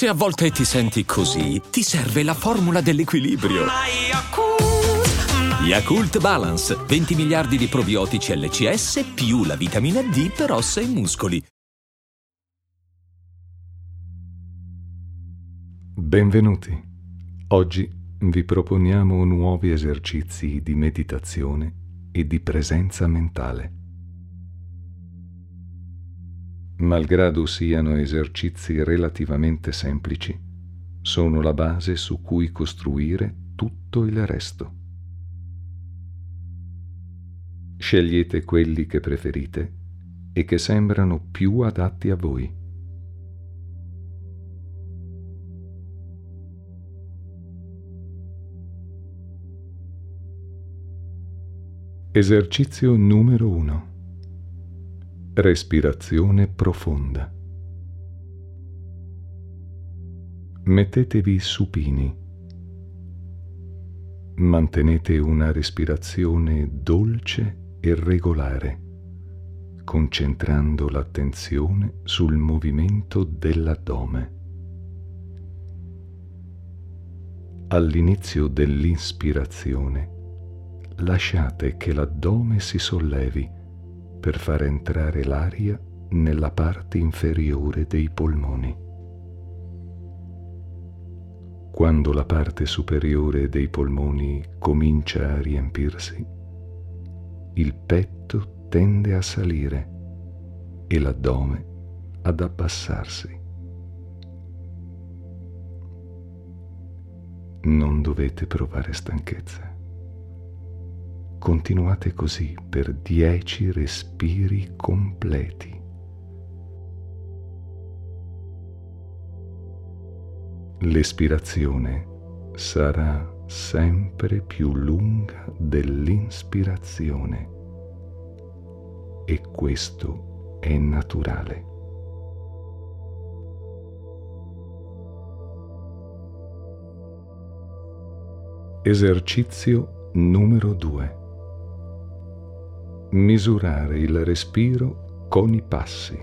Se a volte ti senti così, ti serve la formula dell'equilibrio. Yakult Balance, 20 miliardi di probiotici LCS più la vitamina D per ossa e muscoli. Benvenuti. Oggi vi proponiamo nuovi esercizi di meditazione e di presenza mentale. Malgrado siano esercizi relativamente semplici, sono la base su cui costruire tutto il resto. Scegliete quelli che preferite e che sembrano più adatti a voi. Esercizio numero 1. Respirazione profonda. Mettetevi supini. Mantenete una respirazione dolce e regolare, concentrando l'attenzione sul movimento dell'addome. All'inizio dell'inspirazione, lasciate che l'addome si sollevi per far entrare l'aria nella parte inferiore dei polmoni. Quando la parte superiore dei polmoni comincia a riempirsi, il petto tende a salire e l'addome ad abbassarsi. Non dovete provare stanchezza. Continuate così per 10 respiri completi. L'espirazione sarà sempre più lunga dell'inspirazione e questo è naturale. Esercizio numero 2. Misurare il respiro con i passi.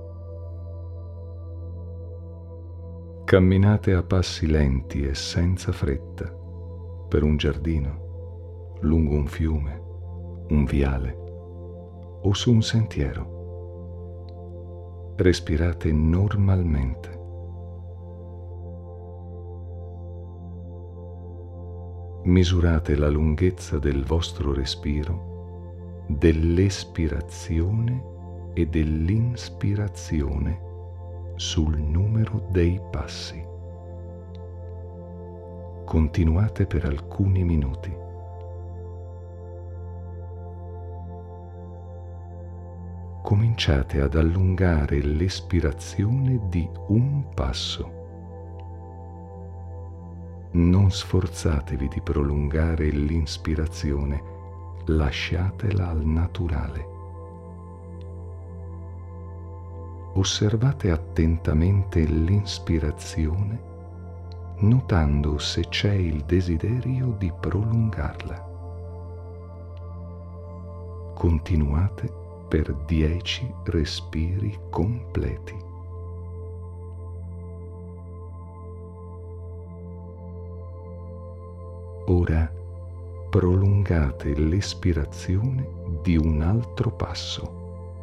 Camminate a passi lenti e senza fretta per un giardino, lungo un fiume, un viale o su un sentiero. Respirate normalmente. Misurate la lunghezza del vostro respiro, dell'espirazione e dell'inspirazione sul numero dei passi. Continuate per alcuni minuti. Cominciate ad allungare l'espirazione di un passo. Non sforzatevi di prolungare l'inspirazione, lasciatela al naturale. Osservate attentamente l'inspirazione, notando se c'è il desiderio di prolungarla. Continuate per 10 respiri completi. Ora prolungate l'espirazione di un altro passo.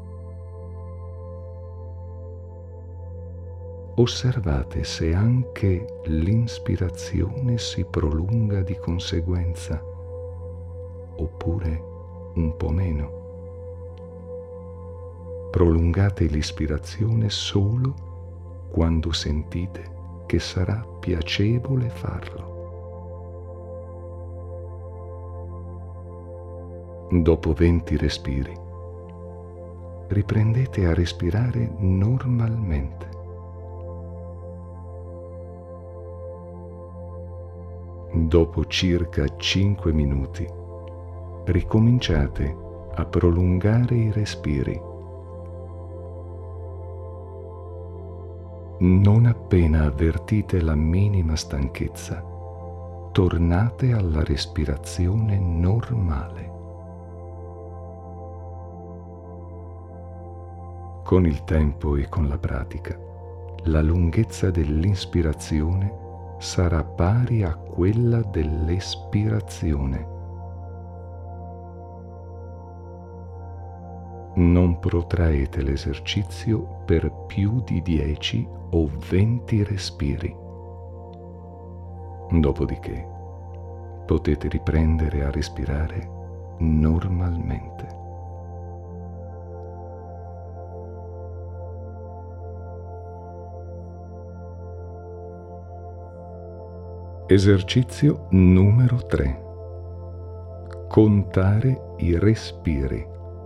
Osservate se anche l'inspirazione si prolunga di conseguenza, oppure un po' meno. Prolungate l'ispirazione solo quando sentite che sarà piacevole farlo. Dopo 20 respiri, riprendete a respirare normalmente. Dopo circa 5 minuti, ricominciate a prolungare i respiri. Non appena avvertite la minima stanchezza, tornate alla respirazione normale. Con il tempo e con la pratica, la lunghezza dell'inspirazione sarà pari a quella dell'espirazione. Non protraete l'esercizio per più di 10 o 20 respiri. Dopodiché potete riprendere a respirare normalmente. Esercizio numero 3. Contare i respiri.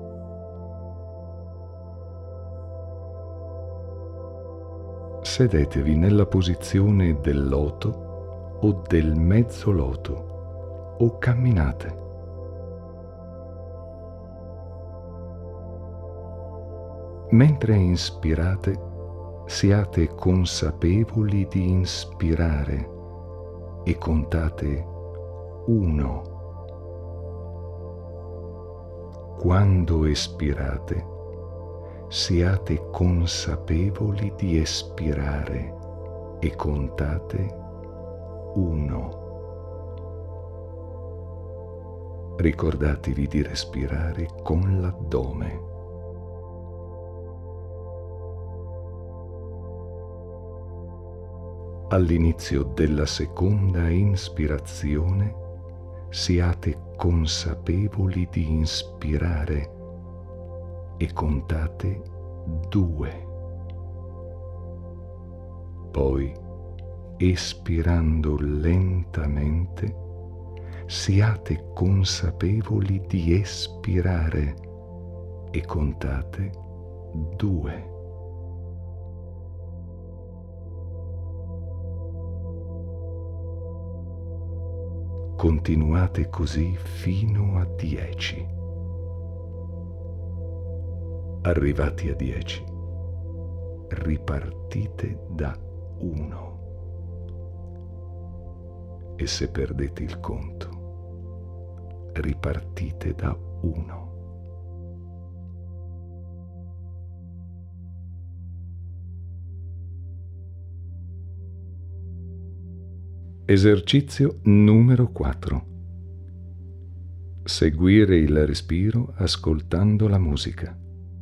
Sedetevi nella posizione del loto o del mezzo loto o camminate. Mentre inspirate, siate consapevoli di inspirare e contate 1. Quando espirate, siate consapevoli di espirare e contate 1. Ricordatevi di respirare con l'addome. All'inizio della seconda inspirazione, siate consapevoli di inspirare e contate 2. Poi, espirando lentamente, siate consapevoli di espirare e contate 2. Continuate così fino a 10. Arrivati a 10, ripartite da 1. E se perdete il conto, ripartite da 1. Esercizio numero 4. Seguire il respiro ascoltando la musica.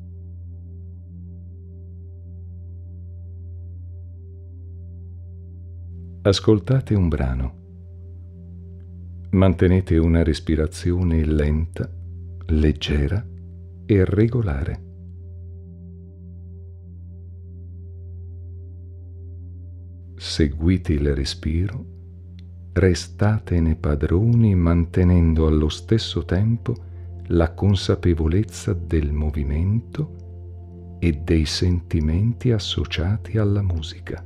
Ascoltate un brano. Mantenete una respirazione lenta, leggera e regolare. Seguite il respiro, restatene padroni mantenendo allo stesso tempo la consapevolezza del movimento e dei sentimenti associati alla musica.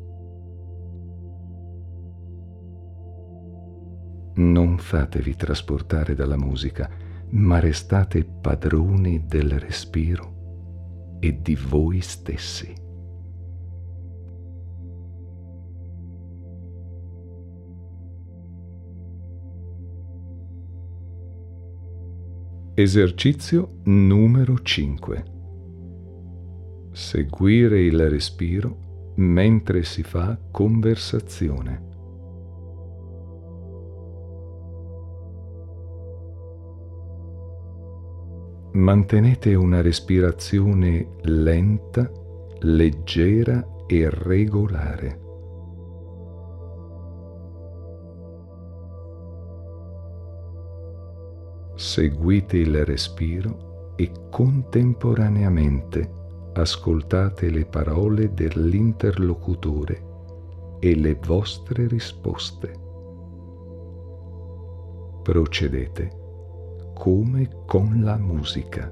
Non fatevi trasportare dalla musica, ma restate padroni del respiro e di voi stessi. Esercizio numero 5. Seguire il respiro mentre si fa conversazione. Mantenete una respirazione lenta, leggera e regolare. Seguite il respiro e contemporaneamente ascoltate le parole dell'interlocutore e le vostre risposte. Procedete come con la musica.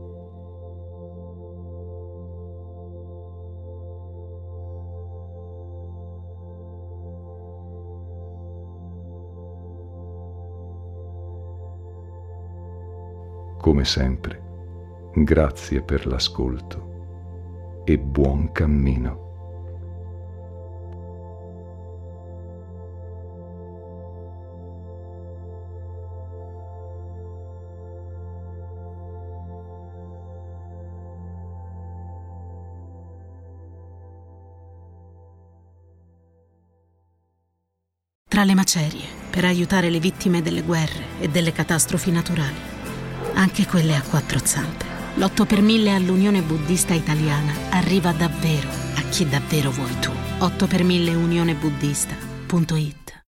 Come sempre, grazie per l'ascolto e buon cammino. tra le macerie, per aiutare le vittime delle guerre e delle catastrofi naturali, anche quelle a quattro zampe. L'8 per 1000 all'Unione Buddista Italiana arriva davvero a chi davvero vuoi tu. 8 per 1000 unionebuddista.it